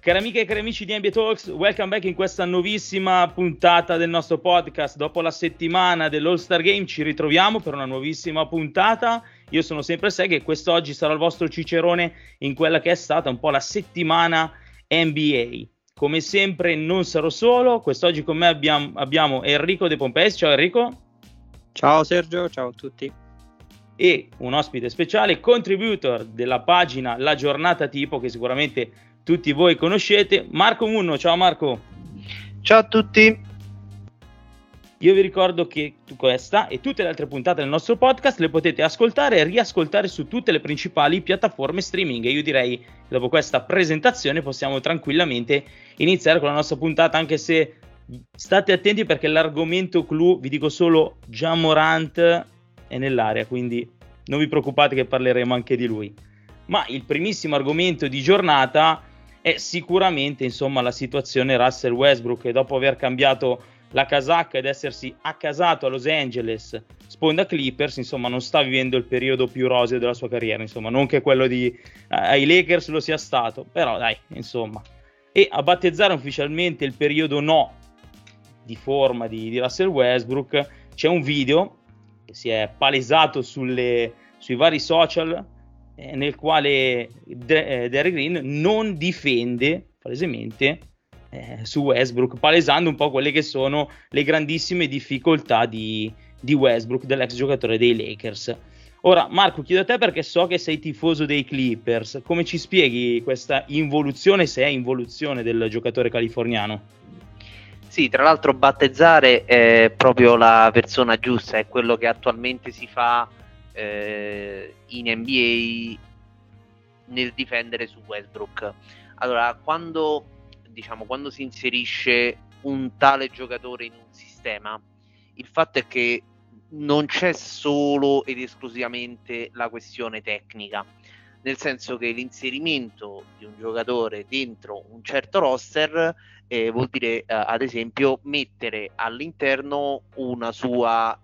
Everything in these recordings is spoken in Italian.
Cari amiche e cari amici di NBA Talks, welcome back in questa nuovissima puntata del nostro podcast. Dopo la settimana dell'All-Star Game ci ritroviamo per una nuovissima puntata. Io sono sempre Seg e quest'oggi sarò il vostro cicerone in quella che è stata un po' la settimana NBA. Come sempre non sarò solo, quest'oggi con me abbiamo Enrico De Pompei. Ciao Enrico. Ciao Sergio, ciao a tutti. E un ospite speciale, contributor della pagina La Giornata Tipo, che sicuramente tutti voi conoscete, Marco Munno. Ciao Marco. Ciao a tutti. Io vi ricordo che questa e tutte le altre puntate del nostro podcast le potete ascoltare e riascoltare su tutte le principali piattaforme streaming, e io direi che dopo questa presentazione possiamo tranquillamente iniziare con la nostra puntata, anche se state attenti perché l'argomento clou, vi dico solo, Ja Morant è nell'area, quindi non vi preoccupate che parleremo anche di lui. Ma il primissimo argomento di giornata è sicuramente, insomma, la situazione Russell Westbrook, che dopo aver cambiato la casacca ed essersi accasato a Los Angeles, sponda Clippers, insomma, non sta vivendo il periodo più roseo della sua carriera, insomma, non che quello ai Lakers lo sia stato, però dai, insomma. E a battezzare ufficialmente il periodo no di forma di Russell Westbrook c'è un video che si è palesato sui vari social, nel quale Derek Green non difende palesemente su Westbrook, palesando un po' quelle che sono le grandissime difficoltà di Westbrook, dell'ex giocatore dei Lakers. Ora Marco, chiedo a te perché so che sei tifoso dei Clippers, come ci spieghi questa involuzione, se è involuzione, del giocatore californiano? Sì, tra l'altro battezzare è proprio la persona giusta, è quello che attualmente si fa in NBA nel difendere su Westbrook. Allora, quando si inserisce un tale giocatore in un sistema, il fatto è che non c'è solo ed esclusivamente la questione tecnica, nel senso che l'inserimento di un giocatore dentro un certo roster vuol dire ad esempio mettere all'interno una sua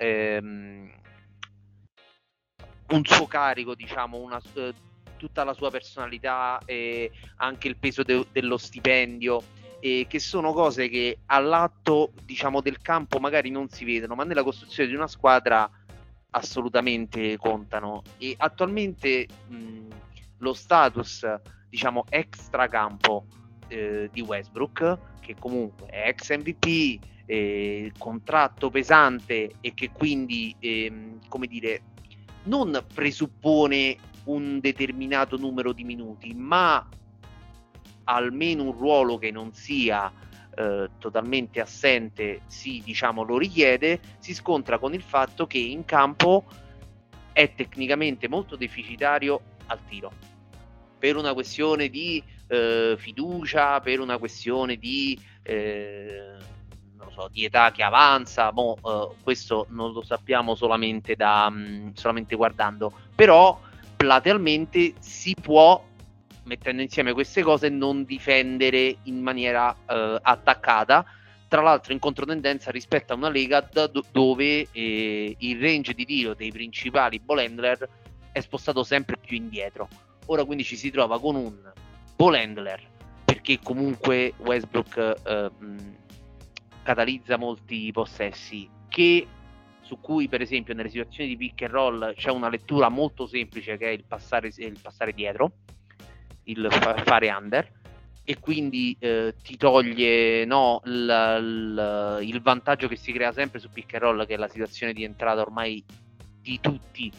un suo carico, diciamo, tutta la sua personalità e anche il peso dello stipendio, che sono cose che all'atto, diciamo, del campo magari non si vedono, ma nella costruzione di una squadra assolutamente contano. E attualmente lo status, diciamo, extracampo di Westbrook, che comunque è ex MVP, contratto pesante e che quindi come dire, non presuppone un determinato numero di minuti, ma almeno un ruolo che non sia totalmente assente, diciamo, lo richiede, si scontra con il fatto che in campo è tecnicamente molto deficitario al tiro, per una questione di fiducia, per una questione di non so, di età che avanza, questo non lo sappiamo solamente guardando, però platealmente si può, mettendo insieme queste cose, non difendere in maniera attaccata, tra l'altro in controtendenza rispetto a una lega dove il range di tiro dei principali ball handler è spostato sempre più indietro. Ora quindi ci si trova con un ball handler, perché comunque Westbrook catalizza molti possessi, su cui per esempio nelle situazioni di pick and roll c'è una lettura molto semplice, che è il passare dietro, il fare under, e quindi ti toglie il vantaggio che si crea sempre su pick and roll, che è la situazione di entrata ormai di tutti,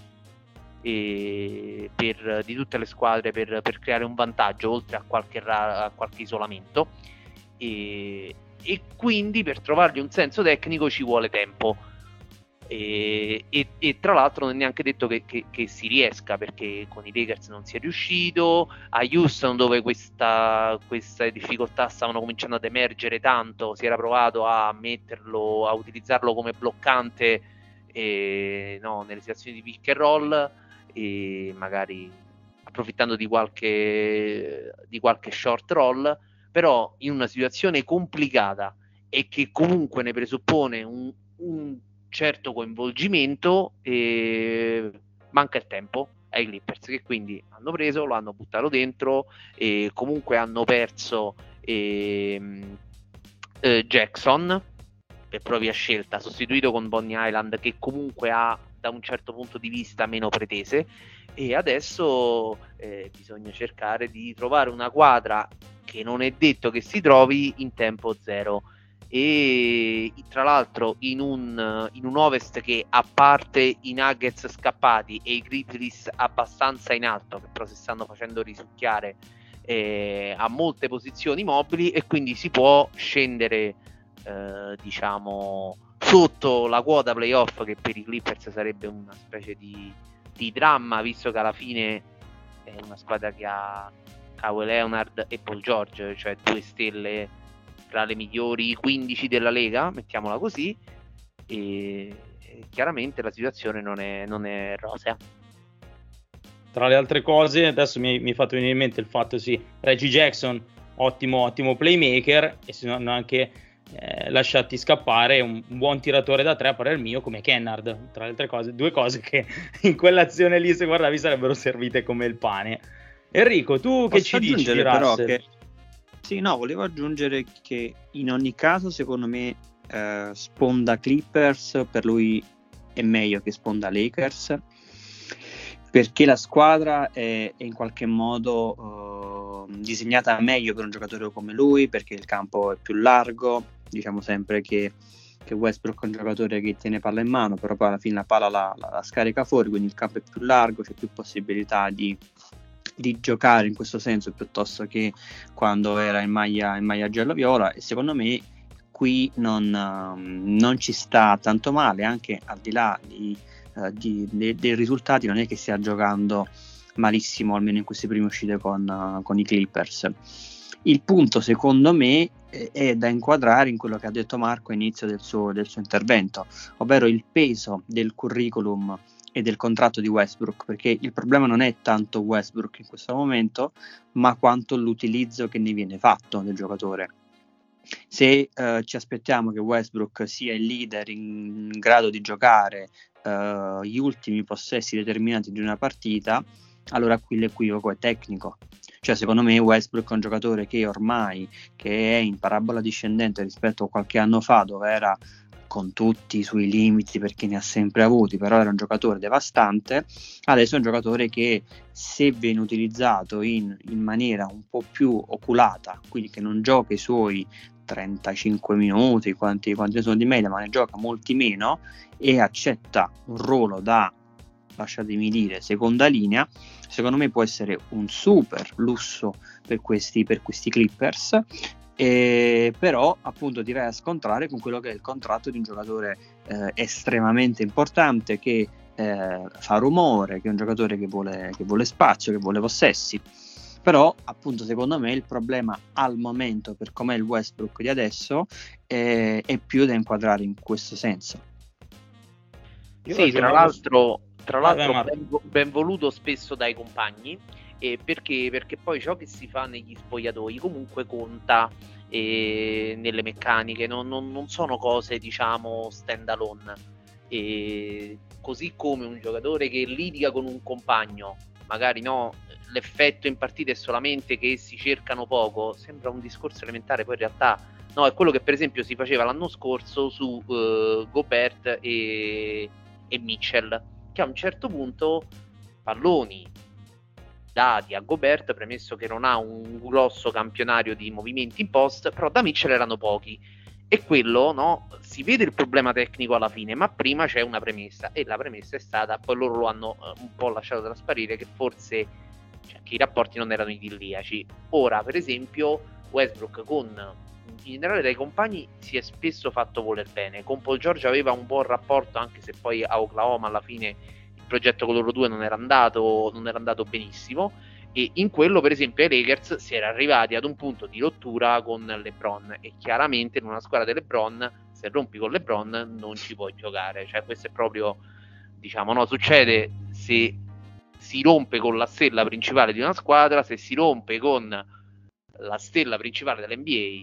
di tutte le squadre, per creare un vantaggio oltre a qualche isolamento, e quindi per trovargli un senso tecnico ci vuole tempo, e tra l'altro non è neanche detto che si riesca, perché con i Lakers non si è riuscito, a Houston dove queste difficoltà stavano cominciando ad emergere tanto, si era provato a utilizzarlo come bloccante nelle situazioni di pick and roll, e magari approfittando di qualche short roll, però in una situazione complicata e che comunque ne presuppone un certo coinvolgimento, manca il tempo ai Clippers, che quindi hanno preso, lo hanno buttato dentro, e comunque hanno perso Jackson per propria scelta, sostituito con Bonnie Island, che comunque ha da un certo punto di vista meno pretese, e adesso bisogna cercare di trovare una quadra che non è detto che si trovi in tempo zero, e tra l'altro in un Ovest che, a parte i Nuggets scappati e i Grizzlies abbastanza in alto, che però si stanno facendo risucchiare, ha molte posizioni mobili, e quindi si può scendere diciamo sotto la quota playoff, che per i Clippers sarebbe una specie di dramma, visto che alla fine è una squadra che ha Kawhi Leonard e Paul George, cioè due stelle tra le migliori 15 della Lega, mettiamola così, e chiaramente la situazione non è rosea. Tra le altre cose, adesso mi hai fatto venire in mente il fatto, sì, Reggie Jackson, ottimo playmaker, e si sono anche lasciati scappare un buon tiratore da tre, a parer mio, come Kennard. Tra le altre cose, due cose che in quell'azione lì, se guardavi, sarebbero servite come il pane. Enrico, tu che ci dici di Russell? Sì, no, volevo aggiungere che in ogni caso, secondo me, sponda Clippers per lui è meglio che sponda Lakers, perché la squadra è in qualche modo disegnata meglio per un giocatore come lui, perché il campo è più largo. Diciamo sempre che Westbrook è un giocatore che tiene palla in mano, però poi alla fine la palla la scarica fuori, quindi il campo è più largo, c'è più possibilità di giocare in questo senso, piuttosto che quando era in maglia giallo-viola. E secondo me qui non ci sta tanto male, anche al di là dei risultati. Non è che stia giocando malissimo, almeno in queste prime uscite con i Clippers. Il punto, secondo me, è da inquadrare in quello che ha detto Marco all'inizio del suo intervento, ovvero il peso del curriculum e del contratto di Westbrook, perché il problema non è tanto Westbrook in questo momento, ma quanto l'utilizzo che ne viene fatto del giocatore. Se ci aspettiamo che Westbrook sia il leader in grado di giocare gli ultimi possessi determinati di una partita, allora qui l'equivoco è tecnico. Cioè, secondo me Westbrook è un giocatore che ormai che è in parabola discendente rispetto a qualche anno fa, dove era con tutti i suoi limiti, perché ne ha sempre avuti, però era un giocatore devastante. Adesso è un giocatore che, se viene utilizzato in maniera un po' più oculata, quindi che non gioca i suoi 35 minuti, quanti sono di media, ma ne gioca molti meno, e accetta un ruolo da, lasciatemi dire, seconda linea, secondo me può essere un super lusso per questi Clippers. Però appunto ti vai a scontrare con quello che è il contratto di un giocatore estremamente importante, che fa rumore, che è un giocatore che vuole spazio, che vuole possessi. Però appunto secondo me il problema al momento, per com'è il Westbrook di adesso, è più da inquadrare in questo senso. Sì, tra l'altro ben voluto spesso dai compagni, perché poi ciò che si fa negli spogliatoi comunque conta nelle meccaniche, non sono cose, diciamo, stand alone, così come un giocatore che litiga con un compagno, magari no, l'effetto in partita è solamente che si cercano poco, sembra un discorso elementare, poi in realtà no, è quello che per esempio si faceva l'anno scorso su Gobert e Mitchell, che a un certo punto palloni dati a Gobert, premesso che non ha un grosso campionario di movimenti in post, però da Mitchell erano pochi, e quello, no, si vede il problema tecnico alla fine, ma prima c'è una premessa, e la premessa è stata, poi loro lo hanno un po' lasciato trasparire, che forse che i rapporti non erano idilliaci. Ora, per esempio, Westbrook in generale dai compagni si è spesso fatto voler bene. Con Paul George aveva un buon rapporto, anche se poi a Oklahoma alla fine il progetto con loro due non era andato benissimo, e in quello per esempio ai Lakers si era arrivati ad un punto di rottura con LeBron, e chiaramente in una squadra di LeBron, se rompi con LeBron non ci puoi giocare, cioè questo è proprio, diciamo, no, succede se si rompe con la stella principale di una squadra, se si rompe con la stella principale dell'NBA,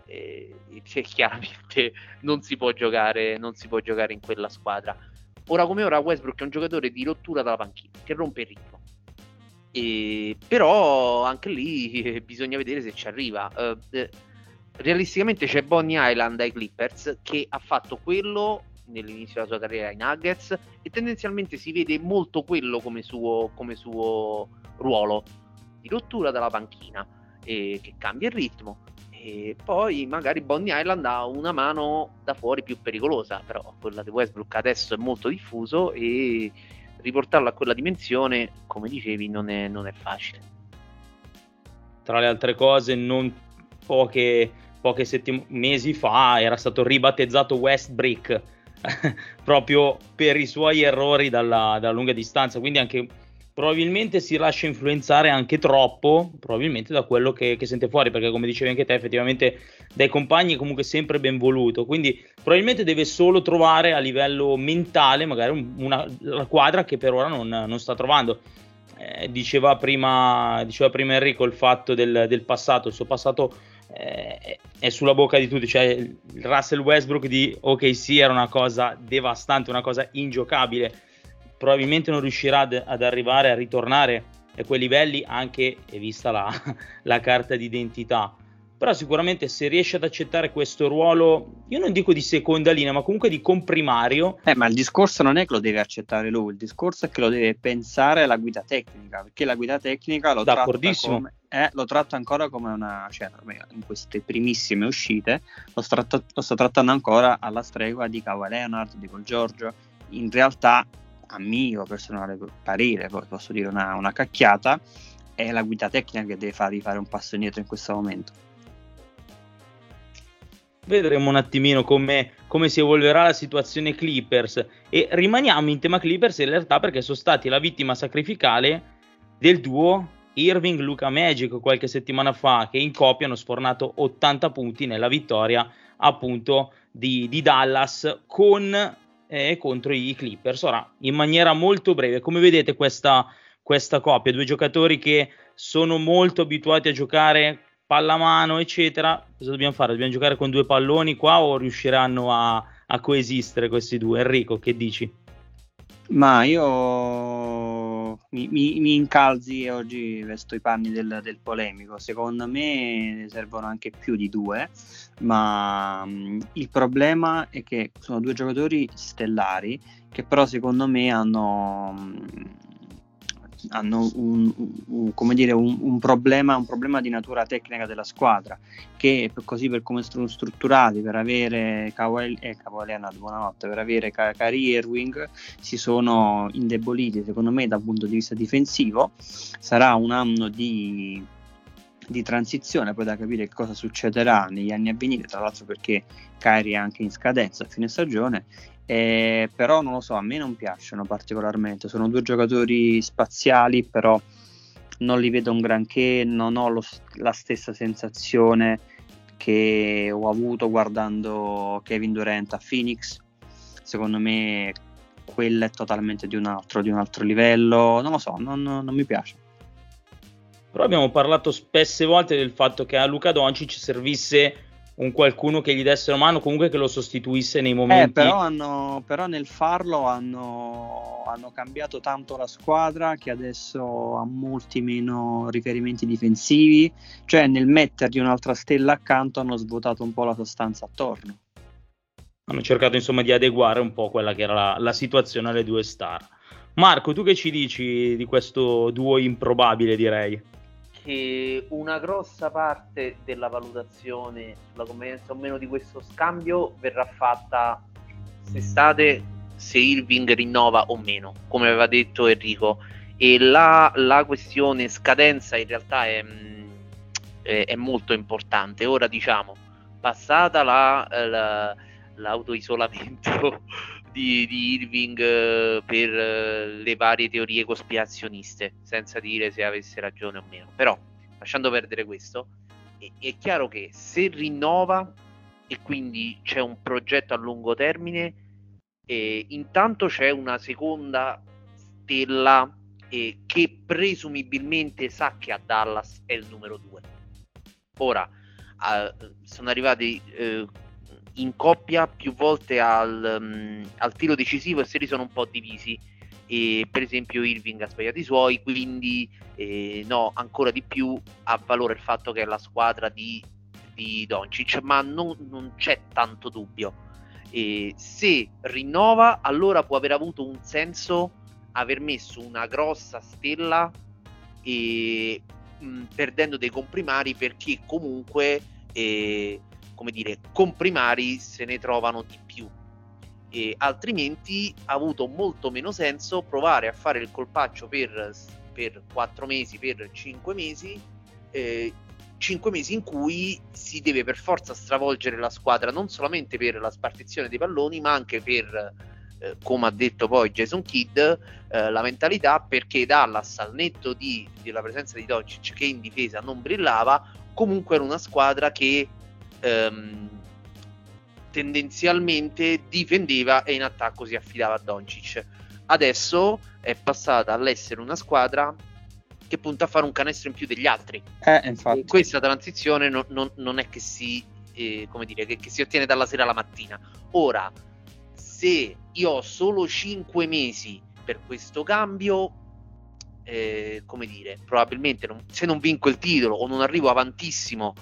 chiaramente non si può giocare in quella squadra. Ora come ora Westbrook è un giocatore di rottura dalla panchina, che rompe il ritmo, Però anche lì bisogna vedere se ci arriva. Realisticamente c'è Bonnie Island ai Clippers, che ha fatto quello nell'inizio della sua carriera ai Nuggets, e tendenzialmente si vede molto quello come suo ruolo di rottura dalla panchina, che cambia il ritmo. E poi magari Bonnie Island ha una mano da fuori più pericolosa, però quella di Westbrook adesso è molto diffuso e riportarlo a quella dimensione, come dicevi, non è facile. Tra le altre cose, non poche mesi fa era stato ribattezzato Westbrick proprio per i suoi errori dalla lunga distanza, quindi anche probabilmente si lascia influenzare anche troppo, probabilmente, da quello che sente fuori, perché come dicevi anche te, effettivamente dai compagni è comunque sempre ben voluto, quindi probabilmente deve solo trovare a livello mentale magari la quadra che per ora non sta trovando. Diceva prima Enrico il fatto del passato, il suo passato è sulla bocca di tutti, cioè il Russell Westbrook di OKC era una cosa devastante, una cosa ingiocabile. Probabilmente non riuscirà ad arrivare a ritornare a quei livelli, anche vista la carta d'identità, però sicuramente se riesce ad accettare questo ruolo, io non dico di seconda linea, ma comunque di comprimario. Ma il discorso non è che lo deve accettare lui, il discorso è che lo deve pensare la guida tecnica, perché la guida tecnica lo tratta ancora come in queste primissime uscite lo sta trattando ancora alla stregua di Kawhi Leonard, di Paul George. In realtà, a mio personale parere, poi posso dire una cacchiata, è la guida tecnica che deve fare un passo indietro in questo momento. Vedremo un attimino come si evolverà la situazione Clippers, e rimaniamo in tema Clippers in realtà perché sono stati la vittima sacrificale del duo Irving-Luka Magic qualche settimana fa, che in coppia hanno sfornato 80 punti nella vittoria appunto di Dallas contro i Clippers. Ora, in maniera molto breve, come vedete questa coppia, due giocatori che sono molto abituati a giocare pallamano eccetera, cosa dobbiamo fare? Dobbiamo giocare con due palloni qua o riusciranno a coesistere questi due? Enrico, che dici? Ma io mi incalzi e oggi vesto i panni del polemico. Secondo me ne servono anche più di due, ma il problema è che sono due giocatori stellari che però secondo me hanno un problema di natura tecnica della squadra, che così per come sono strutturati, per avere Kawhi Leonard, buonanotte, per avere Kyrie Irving, si sono indeboliti secondo me dal punto di vista difensivo. Sarà un anno di transizione, poi da capire che cosa succederà negli anni a venire, tra l'altro perché Kyrie è anche in scadenza a fine stagione. Però non lo so, a me non piacciono particolarmente, sono due giocatori spaziali, però non li vedo un granché, non ho la stessa sensazione che ho avuto guardando Kevin Durant a Phoenix. Secondo me quello è totalmente di un altro livello, non lo so, non mi piace. Però abbiamo parlato spesse volte del fatto che a Luka Doncic servisse un qualcuno che gli desse una mano, comunque che lo sostituisse nei momenti. Però nel farlo hanno cambiato tanto la squadra, che adesso ha molti meno riferimenti difensivi, cioè nel mettergli un'altra stella accanto hanno svuotato un po' la sostanza attorno. Hanno cercato insomma di adeguare un po' quella che era la situazione alle due star. Marco, tu che ci dici di questo duo improbabile, direi? Che una grossa parte della valutazione sulla convenienza o meno di questo scambio verrà fatta quest'estate, se Irving rinnova o meno, come aveva detto Enrico, e la questione scadenza in realtà è molto importante. Ora, diciamo, passata l'autoisolamento di Irving per le varie teorie cospirazioniste, senza dire se avesse ragione o meno, però lasciando perdere questo, è chiaro che se rinnova e quindi c'è un progetto a lungo termine, intanto c'è una seconda stella che presumibilmente sa che a Dallas è il numero 2. Ora sono arrivati in coppia più volte al tiro decisivo e se li sono un po' divisi, e per esempio Irving ha sbagliato i suoi, quindi no, ancora di più ha valore il fatto che è la squadra di Doncic, ma non c'è tanto dubbio. E se rinnova, allora può aver avuto un senso aver messo una grossa stella e perdendo dei comprimari, perché comunque come dire, comprimari se ne trovano di più, e altrimenti ha avuto molto meno senso provare a fare il colpaccio per 4 mesi, per 5 mesi, 5 mesi in cui si deve per forza stravolgere la squadra, non solamente per la spartizione dei palloni, ma anche per, come ha detto poi Jason Kidd, la mentalità, perché Dallas, al netto della presenza di Doncic, che in difesa non brillava, comunque era una squadra che tendenzialmente difendeva e in attacco si affidava a Doncic. Adesso è passata all'essere una squadra che punta a fare un canestro in più degli altri. Infatti. Questa transizione non è che si come dire, che si ottiene dalla sera alla mattina. Ora, se io ho solo 5 mesi per questo cambio, come dire, probabilmente se non vinco il titolo o non arrivo avantissimo,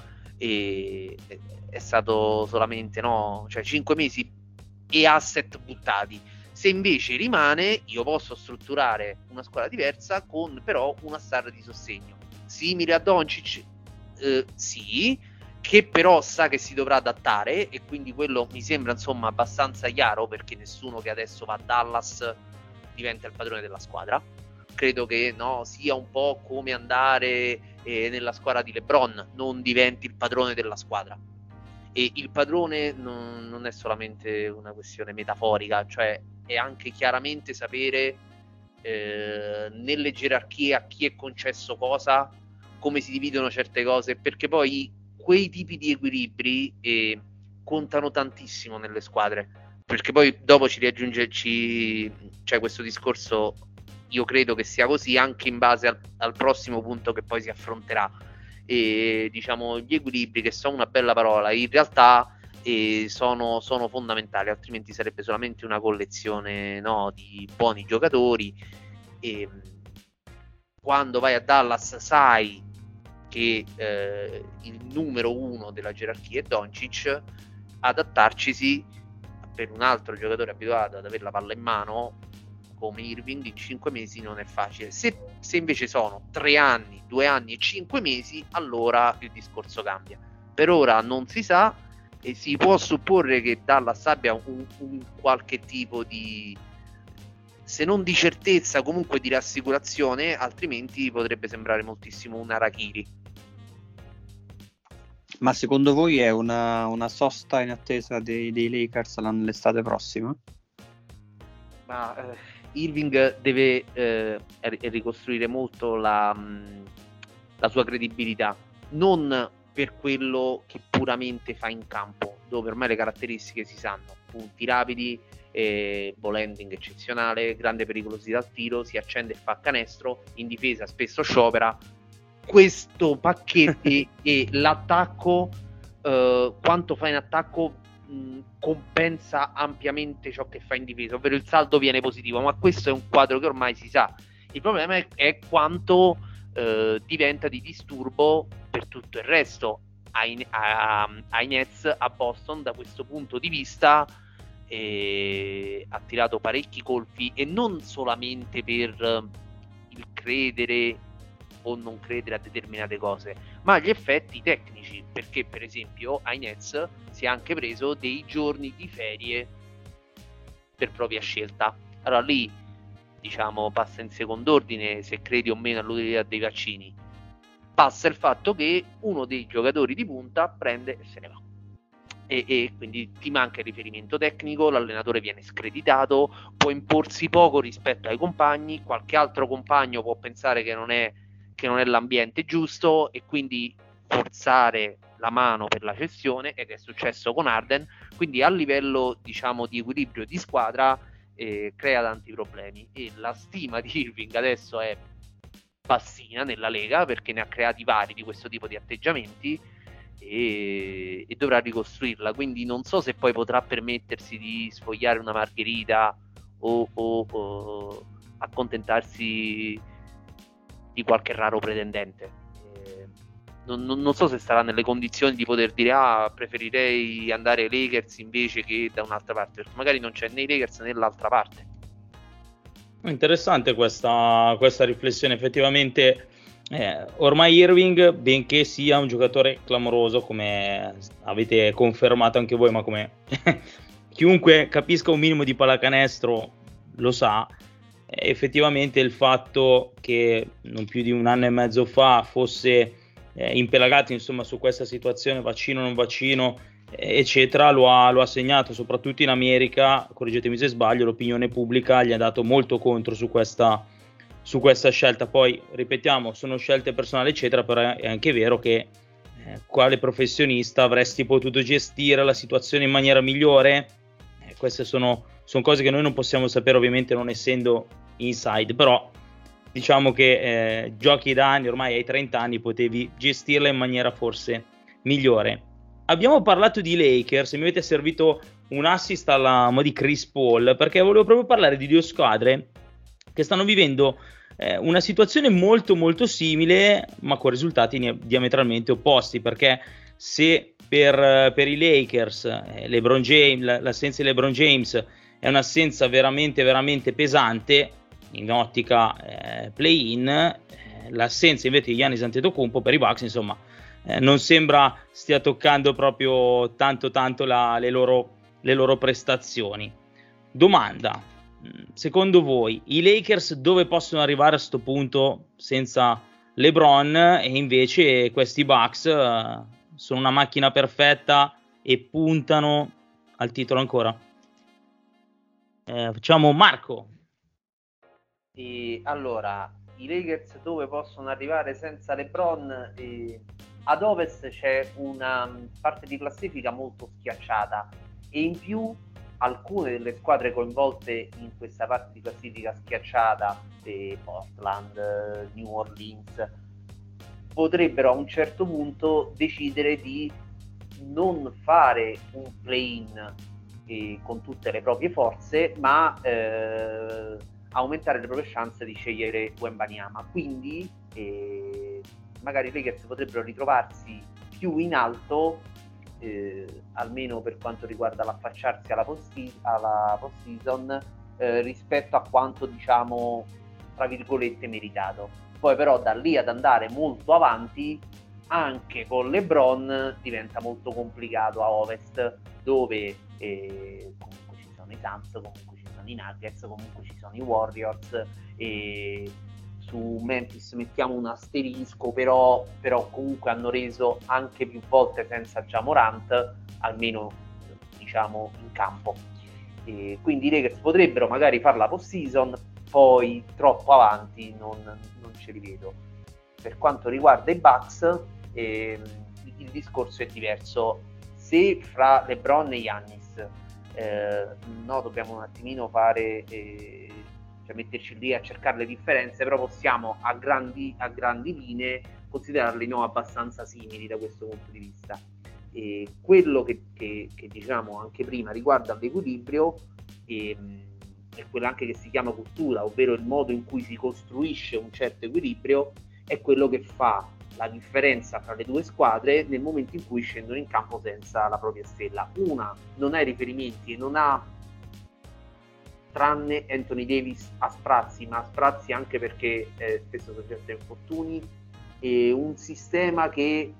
è stato solamente, no, cioè 5 mesi e asset buttati. Se invece rimane, io posso strutturare una squadra diversa con però una star di sostegno simile a Doncic, sì, che però sa che si dovrà adattare, e quindi quello mi sembra insomma abbastanza chiaro, perché nessuno che adesso va a Dallas diventa il padrone della squadra. Credo che no, sia un po' come andare nella squadra di LeBron, non diventi il padrone della squadra. E il padrone non è solamente una questione metaforica, cioè è anche chiaramente sapere nelle gerarchie a chi è concesso cosa, come si dividono certe cose, perché poi quei tipi di equilibri contano tantissimo nelle squadre, perché poi dopo cioè questo discorso io credo che sia così anche in base al prossimo punto che poi si affronterà. E diciamo gli equilibri, che sono una bella parola, in realtà sono fondamentali, altrimenti sarebbe solamente una collezione, no, di buoni giocatori. E quando vai a Dallas sai che il numero uno della gerarchia è Doncic, adattarcisi per un altro giocatore abituato ad avere la palla in mano come Irving in 5 mesi non è facile. Se invece sono 3 anni, 2 anni e 5 mesi, allora il discorso cambia. Per ora non si sa, e si può supporre che Dallas abbia un qualche tipo di, se non di certezza, comunque di rassicurazione, altrimenti potrebbe sembrare moltissimo un harakiri. Ma secondo voi è una sosta in attesa dei Lakers l'estate prossima? Ma Irving deve ricostruire molto la sua credibilità, non per quello che puramente fa in campo, dove ormai le caratteristiche si sanno: punti rapidi, ball handling eccezionale, grande pericolosità al tiro, si accende e fa canestro, in difesa spesso sciopera. Questo pacchetti e l'attacco, quanto fa in attacco compensa ampiamente ciò che fa in difesa, ovvero il saldo viene positivo, ma questo è un quadro che ormai si sa. Il problema è quanto diventa di disturbo per tutto il resto. Ai Nets, a Boston, da questo punto di vista ha tirato parecchi colpi, e non solamente per il credere o non credere a determinate cose, ma gli effetti tecnici, perché per esempio ai Nets si è anche preso dei giorni di ferie per propria scelta. Allora lì, diciamo, passa in secondo ordine, se credi o meno all'utilità dei vaccini, passa il fatto che uno dei giocatori di punta prende e se ne va, e quindi ti manca il riferimento tecnico, l'allenatore viene screditato, può imporsi poco rispetto ai compagni, qualche altro compagno può pensare che non è l'ambiente giusto e quindi forzare la mano per la cessione, ed è successo con Harden. Quindi a livello, diciamo, di equilibrio di squadra crea tanti problemi, e la stima di Irving adesso è bassina nella Lega, perché ne ha creati vari di questo tipo di atteggiamenti, e dovrà ricostruirla. Quindi non so se poi potrà permettersi di sfogliare una margherita o accontentarsi di qualche raro pretendente. Non so se sarà nelle condizioni di poter dire preferirei andare ai Lakers invece che da un'altra parte, perché magari non c'è né i Lakers né l'altra parte. Interessante questa riflessione. Effettivamente ormai Irving, benché sia un giocatore clamoroso, come avete confermato anche voi, ma come chiunque capisca un minimo di pallacanestro lo sa, effettivamente il fatto che non più di un anno e mezzo fa fosse impelagato insomma su questa situazione, vaccino non vaccino eccetera, lo ha segnato soprattutto in America. Correggetemi se sbaglio, l'opinione pubblica gli ha dato molto contro su questa scelta. Poi ripetiamo, sono scelte personali eccetera, però è anche vero che quale professionista avresti potuto gestire la situazione in maniera migliore? Queste sono cose che noi non possiamo sapere, ovviamente non essendo inside, però diciamo che giochi da anni, ormai hai 30 anni, potevi gestirla in maniera forse migliore. Abbiamo parlato di Lakers e mi avete servito un assist alla mo' di Chris Paul, perché volevo proprio parlare di due squadre che stanno vivendo una situazione molto molto simile, ma con risultati diametralmente opposti, perché se per i Lakers LeBron James, l'assenza di LeBron James è un'assenza veramente veramente pesante in ottica play-in, l'assenza invece di Giannis Antetokounmpo per i Bucks insomma non sembra stia toccando proprio tanto le loro prestazioni. Domanda: secondo voi i Lakers dove possono arrivare a sto punto senza LeBron, e invece questi Bucks sono una macchina perfetta e puntano al titolo ancora? Facciamo Marco. Allora, i Lakers dove possono arrivare senza LeBron? Ad Ovest c'è una parte di classifica molto schiacciata e in più alcune delle squadre coinvolte in questa parte di classifica schiacciata, Portland, New Orleans, potrebbero a un certo punto decidere di non fare un play-in con tutte le proprie forze, ma aumentare le proprie chance di scegliere Wembanyama. Quindi magari i Lakers potrebbero ritrovarsi più in alto, almeno per quanto riguarda l'affacciarsi alla post-season, rispetto a quanto, diciamo, tra virgolette, meritato. Poi però da lì ad andare molto avanti, anche con LeBron, diventa molto complicato a Ovest, dove comunque ci sono i Suns, comunque ci sono i Nuggets, comunque ci sono i Warriors, e su Memphis mettiamo un asterisco, però comunque hanno reso anche più volte senza Ja Morant, almeno diciamo in campo. Quindi i Lakers potrebbero magari fare la post-season, poi troppo avanti non ce li vedo. Per quanto riguarda i Bucks, il discorso è diverso. Se fra LeBron e Giannis dobbiamo un attimino fare, cioè metterci lì a cercare le differenze, però possiamo a grandi linee considerarli abbastanza simili da questo punto di vista. E quello che diciamo anche prima riguarda l'equilibrio, è quello anche che si chiama cultura, ovvero il modo in cui si costruisce un certo equilibrio, è quello che fa la differenza fra le due squadre nel momento in cui scendono in campo senza la propria stella. Una non ha i riferimenti e non ha, tranne Anthony Davis, a sprazzi, ma a sprazzi anche perché spesso soggetta a infortuni, e un sistema che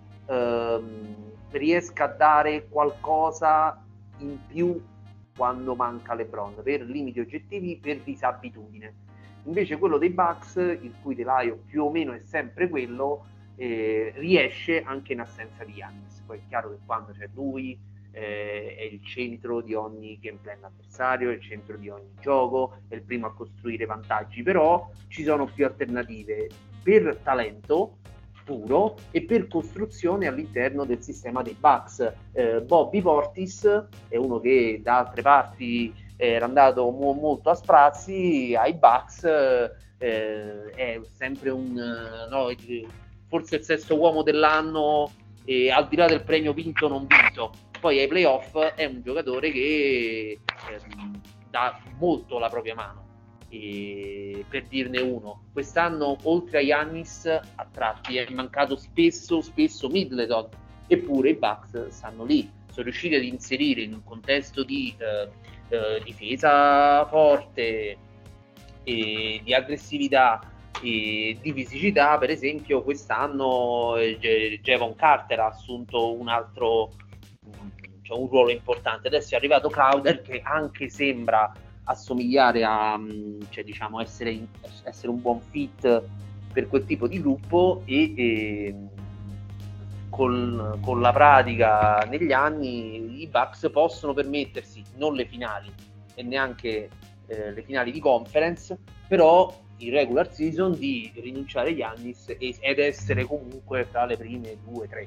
riesca a dare qualcosa in più quando manca LeBron, per limiti oggettivi, per disabitudine. Invece quello dei Bucks, il cui telaio più o meno è sempre quello, riesce anche in assenza di Giannis. Poi è chiaro che quando c'è lui è il centro di ogni game plan avversario, è il centro di ogni gioco, è il primo a costruire vantaggi, però ci sono più alternative per talento puro e per costruzione all'interno del sistema dei Bucks. Bobby Portis è uno che da altre parti era andato molto a sprazzi, ai Bucks è sempre forse il sesto uomo dell'anno, e al di là del premio vinto o non vinto, poi ai playoff è un giocatore che dà molto la propria mano. E per dirne uno, quest'anno oltre a Giannis a tratti è mancato spesso Middleton, eppure i Bucks stanno lì, sono riusciti ad inserire in un contesto di difesa forte e di aggressività e di fisicità. Per esempio quest'anno Javon Carter ha assunto un ruolo importante. Adesso è arrivato Crowder, che anche sembra assomigliare a essere un buon fit per quel tipo di gruppo, e con la pratica negli anni i Bucks possono permettersi non le finali e neanche le finali di conference, però in regular season di rinunciare a Giannis ed essere comunque fra le prime 2-3.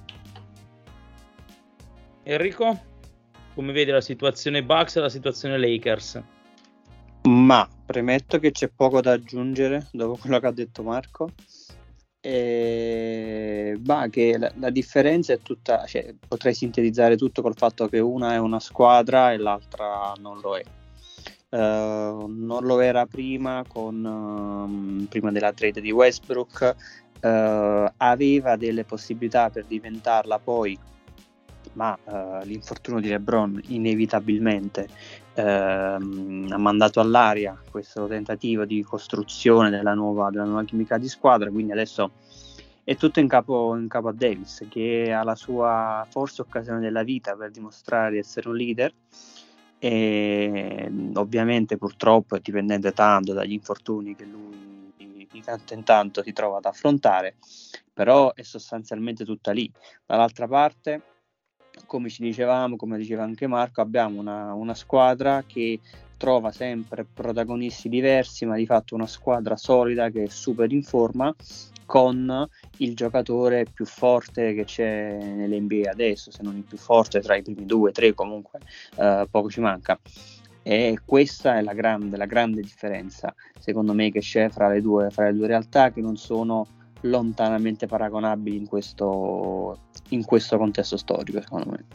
Enrico, come vedi la situazione Bucks e la situazione Lakers? Ma premetto che c'è poco da aggiungere dopo quello che ha detto Marco. Che la differenza è tutta, potrei sintetizzare tutto col fatto che una è una squadra e l'altra non lo è. Non lo era prima prima della trade di Westbrook, aveva delle possibilità per diventarla poi, ma l'infortunio di LeBron inevitabilmente ha mandato all'aria questo tentativo di costruzione della nuova chimica di squadra. Quindi adesso è tutto in capo a Davis, che ha la sua forse occasione della vita per dimostrare di essere un leader, e ovviamente purtroppo è dipendente tanto dagli infortuni che lui di tanto in tanto si trova ad affrontare, però è sostanzialmente tutta lì. Dall'altra parte, come diceva anche Marco, abbiamo una squadra che trova sempre protagonisti diversi, ma di fatto una squadra solida che è super in forma, con il giocatore più forte che c'è nell'NBA adesso, se non il più forte tra i primi 2-3, comunque poco ci manca. E questa è la grande differenza, secondo me, che c'è fra le due realtà, che non sono lontanamente paragonabili in questo contesto storico, secondo me.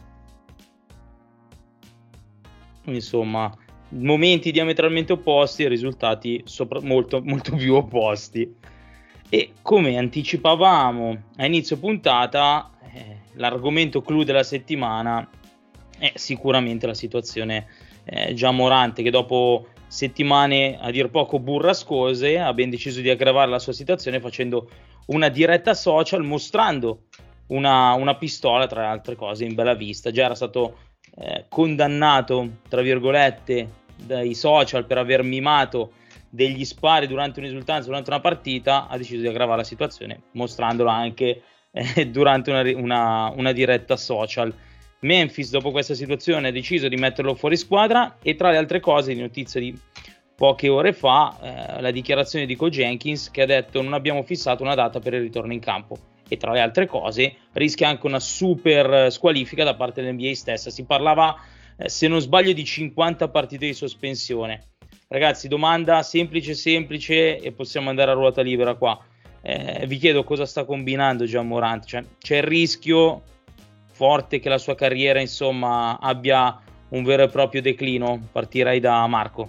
Insomma, momenti diametralmente opposti e risultati molto, molto più opposti. E come anticipavamo a inizio puntata, l'argomento clou della settimana è sicuramente la situazione Ja Morant, che dopo settimane a dir poco burrascose ha ben deciso di aggravare la sua situazione facendo una diretta social, mostrando una pistola, tra le altre cose, in bella vista. Già era stato condannato, tra virgolette, dai social per aver mimato degli spari durante un'esultanza, durante una partita. Ha deciso di aggravare la situazione mostrandola anche durante una diretta social. Memphis, dopo questa situazione, ha deciso di metterlo fuori squadra, e tra le altre cose, di notizia di poche ore fa, la dichiarazione di Coach Jenkins, che ha detto: non abbiamo fissato una data per il ritorno in campo, e tra le altre cose rischia anche una super squalifica da parte dell'NBA stessa. Si parlava, se non sbaglio, di 50 partite di sospensione. Ragazzi, domanda semplice, e possiamo andare a ruota libera qua. Vi chiedo cosa sta combinando Ja Morant. Cioè, c'è il rischio forte che la sua carriera, insomma, abbia un vero e proprio declino? Partirei da Marco.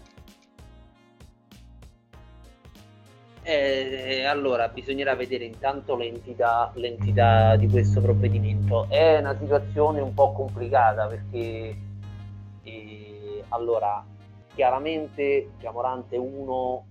Allora, bisognerà vedere intanto l'entità di questo provvedimento. È una situazione un po' complicata, perché allora, chiaramente Ja Morant è uno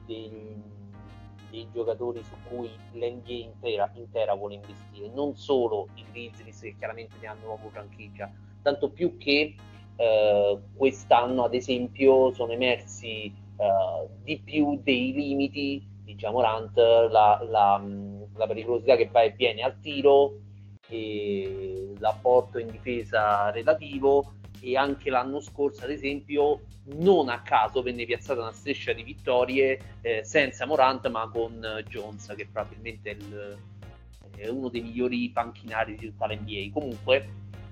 dei giocatori su cui l'NBA intera vuole investire, non solo i Grizzlies, che chiaramente ne hanno una nuova franchigia, tanto più che quest'anno, ad esempio, sono emersi di più dei limiti di Ja Morant, la pericolosità che va e viene al tiro, e l'apporto in difesa relativo. E anche l'anno scorso, ad esempio, non a caso venne piazzata una striscia di vittorie senza Morant, ma con Jones, che probabilmente è uno dei migliori panchinari di tutta l'NBA. Comunque,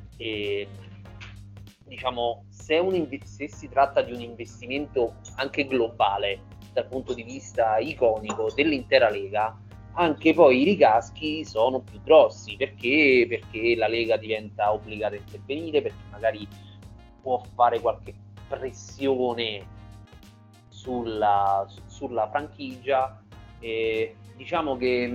diciamo, se si tratta di un investimento anche globale dal punto di vista iconico dell'intera Lega, anche poi i ricaschi sono più grossi, perché la Lega diventa obbligata a intervenire, perché magari può fare qualche pressione sulla franchigia. Diciamo che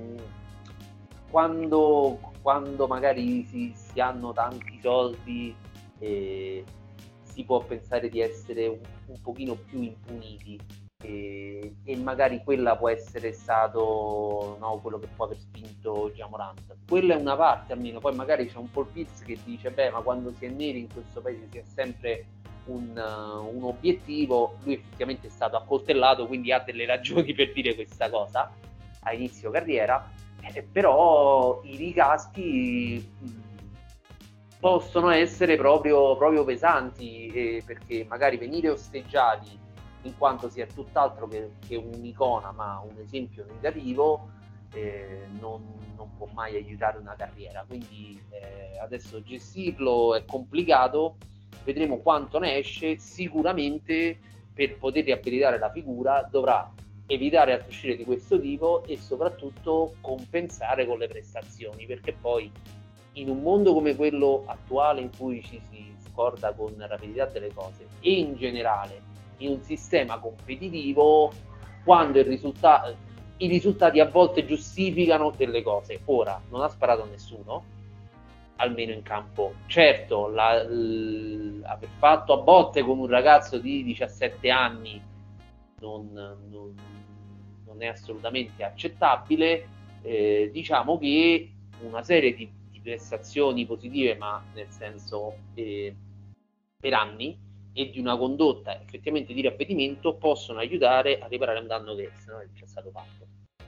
quando magari si hanno tanti soldi, si può pensare di essere un pochino più impuniti, e magari quella può essere stato, no, quello che può aver spinto Ja Morant. Quella è una parte almeno. Poi magari c'è un Paul Pierce che dice beh, ma quando si è neri in questo paese si è sempre un obiettivo. Lui effettivamente è stato accoltellato, quindi ha delle ragioni per dire questa cosa a inizio carriera, però i ricaschi possono essere proprio pesanti, perché magari venire osteggiati in quanto si è tutt'altro che un'icona, ma un esempio negativo, non può mai aiutare una carriera. Quindi adesso gestirlo è complicato, vedremo quanto ne esce. Sicuramente per poter riabilitare la figura dovrà evitare altre uscite di questo tipo e soprattutto compensare con le prestazioni, perché poi in un mondo come quello attuale, in cui ci si scorda con rapidità delle cose, e in generale in un sistema competitivo, quando i risultati a volte giustificano delle cose. Ora, non ha sparato nessuno, almeno in campo. Certo, aver fatto a botte con un ragazzo di 17 anni non è assolutamente accettabile. Diciamo che una serie di prestazioni positive, ma nel senso per anni, e di una condotta effettivamente di ravvedimento possono aiutare a riparare un danno che se no è già stato fatto,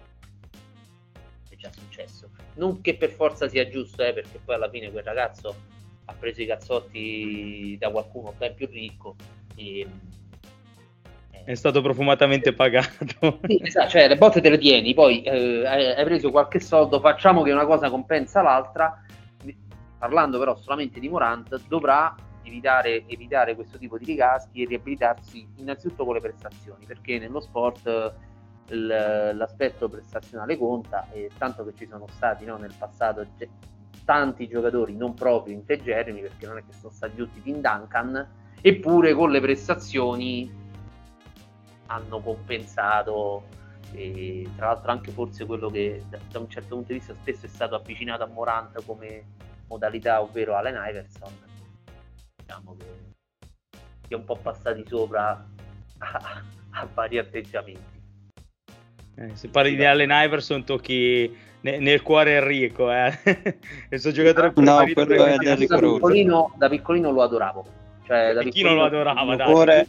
è già successo. Non che per forza sia giusto, perché poi alla fine quel ragazzo ha preso i cazzotti da qualcuno ben più ricco e è stato profumatamente pagato. Sì, esatto, cioè le botte te le tieni, poi hai preso qualche soldo, facciamo che una cosa compensa l'altra. Parlando però solamente di Morant, dovrà evitare questo tipo di ricaschi e riabilitarsi innanzitutto con le prestazioni, perché nello sport l'aspetto prestazionale conta, e tanto che ci sono stati, no, nel passato tanti giocatori non proprio integerrimi, perché non è che sono stati tutti Tim Duncan, eppure con le prestazioni hanno compensato, e tra l'altro anche forse quello che da un certo punto di vista spesso è stato avvicinato a Morant come modalità, ovvero Allen Iverson. Diciamo che è un po' passati sopra a vari atteggiamenti. Se parli di Allen Iverson tocchi nel cuore Enrico, il suo giocatore preferito. Quello è Derrick Rose. Da piccolino lo adoravo, cioè da chi non lo adorava, dai.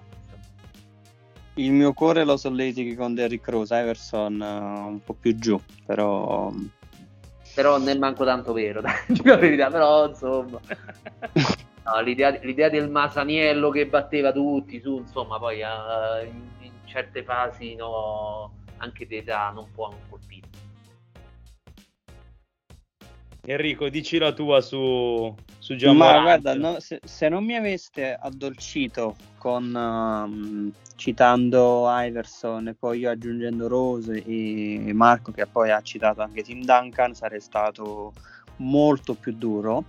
Il mio cuore lo solletichi con Derrick Rose. Iverson un po' più giù, però non è manco tanto vero, la verità, però insomma no, l'idea del Masaniello che batteva tutti su, insomma, poi in certe fasi, no, anche d'età non può non colpire. Enrico, dici la tua su Ja Morant. Ma guarda, no, se non mi aveste addolcito con citando Iverson e poi io aggiungendo Rose e Marco, che poi ha citato anche Tim Duncan, sarei stato molto più duro.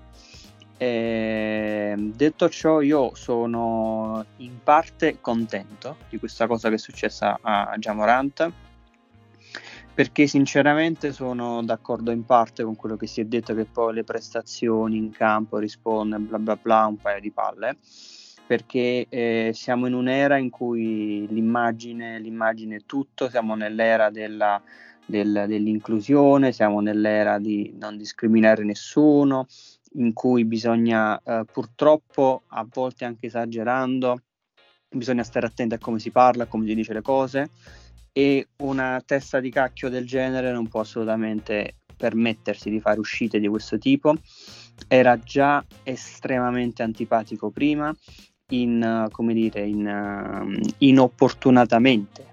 Detto ciò, io sono in parte contento di questa cosa che è successa a Ja Morant, perché sinceramente sono d'accordo in parte con quello che si è detto, che poi le prestazioni in campo risponde bla bla bla, un paio di palle, perché siamo in un'era in cui l'immagine è tutto, siamo nell'era dell'inclusione, siamo nell'era di non discriminare nessuno, in cui bisogna purtroppo, a volte anche esagerando, bisogna stare attenti a come si parla, a come si dice le cose, e una testa di cacchio del genere non può assolutamente permettersi di fare uscite di questo tipo. Era già estremamente antipatico prima, inopportunatamente,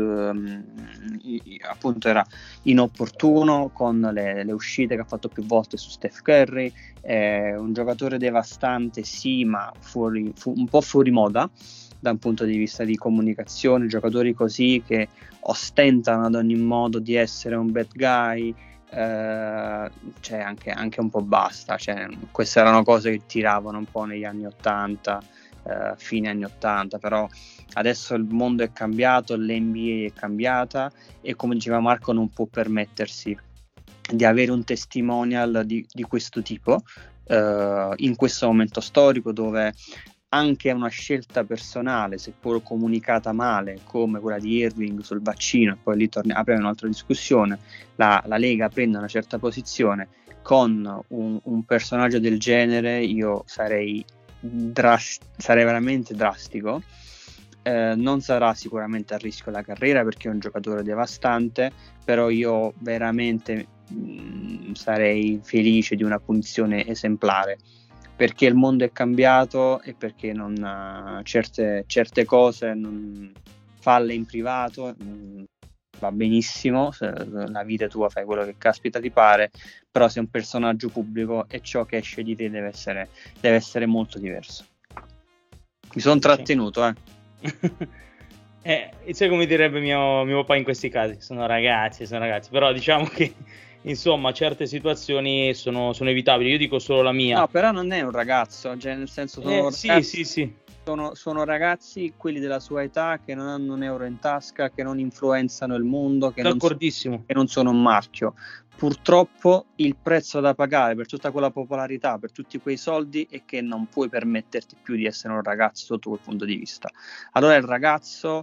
appunto era inopportuno con le uscite che ha fatto più volte su Steph Curry, un giocatore devastante sì, ma un po' fuori moda da un punto di vista di comunicazione. Giocatori così che ostentano ad ogni modo di essere un bad guy, cioè anche un po' basta, cioè, queste erano cose che tiravano un po' negli anni 80, fine anni 80, però adesso il mondo è cambiato, l'NBA è cambiata e come diceva Marco non può permettersi di avere un testimonial di questo tipo in questo momento storico, dove anche una scelta personale, seppur comunicata male, come quella di Irving sul vaccino, e poi lì apriamo un'altra discussione, la Lega prende una certa posizione con un personaggio del genere, io sarei veramente drastico. Non sarà sicuramente a rischio la carriera perché è un giocatore devastante, però io veramente sarei felice di una punizione esemplare, perché il mondo è cambiato e perché certe cose falle in privato, va benissimo, la vita tua fai quello che caspita ti pare, però sei un personaggio pubblico e ciò che esce di te deve essere molto diverso. Mi sono trattenuto, sai come direbbe mio papà in questi casi, sono ragazzi, però diciamo che insomma certe situazioni sono evitabili. Io dico solo la mia. No, però non è un ragazzo, cioè nel senso sì. Sono ragazzi, quelli della sua età, che non hanno un euro in tasca, che non influenzano il mondo, che non sono un marchio. Purtroppo il prezzo da pagare per tutta quella popolarità, per tutti quei soldi, è che non puoi permetterti più di essere un ragazzo sotto quel punto di vista. Allora il ragazzo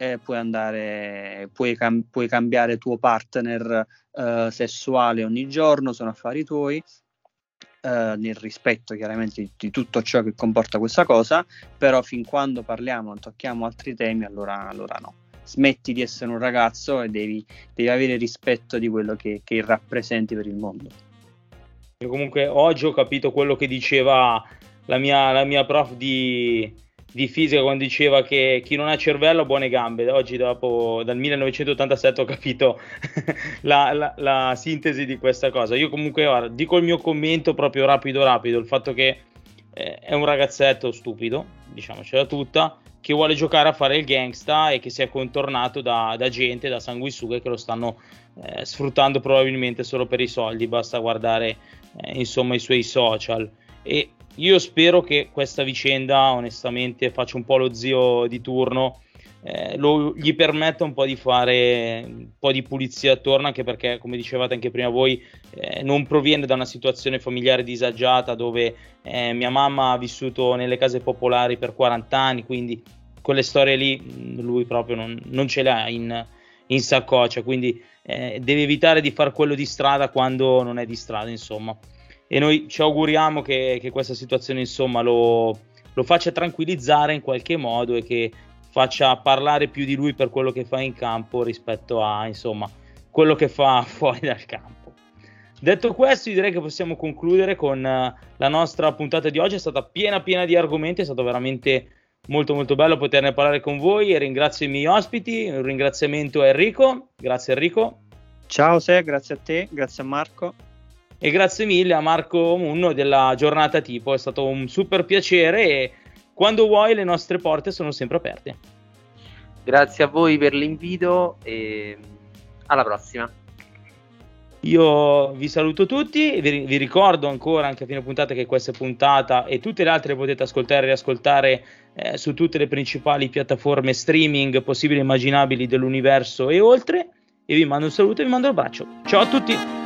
puoi cambiare tuo partner sessuale ogni giorno, sono affari tuoi, nel rispetto chiaramente di tutto ciò che comporta questa cosa, però fin quando tocchiamo altri temi, allora no. Smetti di essere un ragazzo e devi avere rispetto di quello che rappresenti per il mondo. Io comunque oggi ho capito quello che diceva la mia prof di fisica quando diceva che chi non ha cervello ha buone gambe. Oggi dal 1987 ho capito la sintesi di questa cosa. Io comunque dico il mio commento proprio rapido, il fatto che è un ragazzetto stupido, diciamocela tutta, che vuole giocare a fare il gangsta e che si è contornato da gente, da sanguisughe che lo stanno sfruttando probabilmente solo per i soldi. Basta guardare insomma i suoi social. E io spero che questa vicenda, onestamente, faccia un po' lo zio di turno, gli permetta un po' di fare un po' di pulizia attorno, anche perché, come dicevate anche prima voi, non proviene da una situazione familiare disagiata dove mia mamma ha vissuto nelle case popolari per 40 anni, quindi quelle storie lì lui proprio non ce le ha in saccoccia, quindi deve evitare di fare quello di strada quando non è di strada, insomma. E noi ci auguriamo che questa situazione insomma lo faccia tranquillizzare in qualche modo e che faccia parlare più di lui per quello che fa in campo rispetto a insomma quello che fa fuori dal campo. Detto questo, io direi che possiamo concludere con la nostra puntata di oggi. È stata piena di argomenti, è stato veramente molto bello poterne parlare con voi, e ringrazio i miei ospiti. Un ringraziamento a Enrico. Grazie Enrico. Ciao grazie a te, grazie a Marco. E grazie mille a Marco Munno della giornata tipo, è stato un super piacere e quando vuoi le nostre porte sono sempre aperte. Grazie a voi per l'invito e alla prossima. Io vi saluto tutti e vi ricordo ancora anche a fine puntata che questa puntata e tutte le altre le potete ascoltare e riascoltare su tutte le principali piattaforme streaming possibili e immaginabili dell'universo e oltre, e vi mando un saluto e vi mando un abbraccio. Ciao a tutti!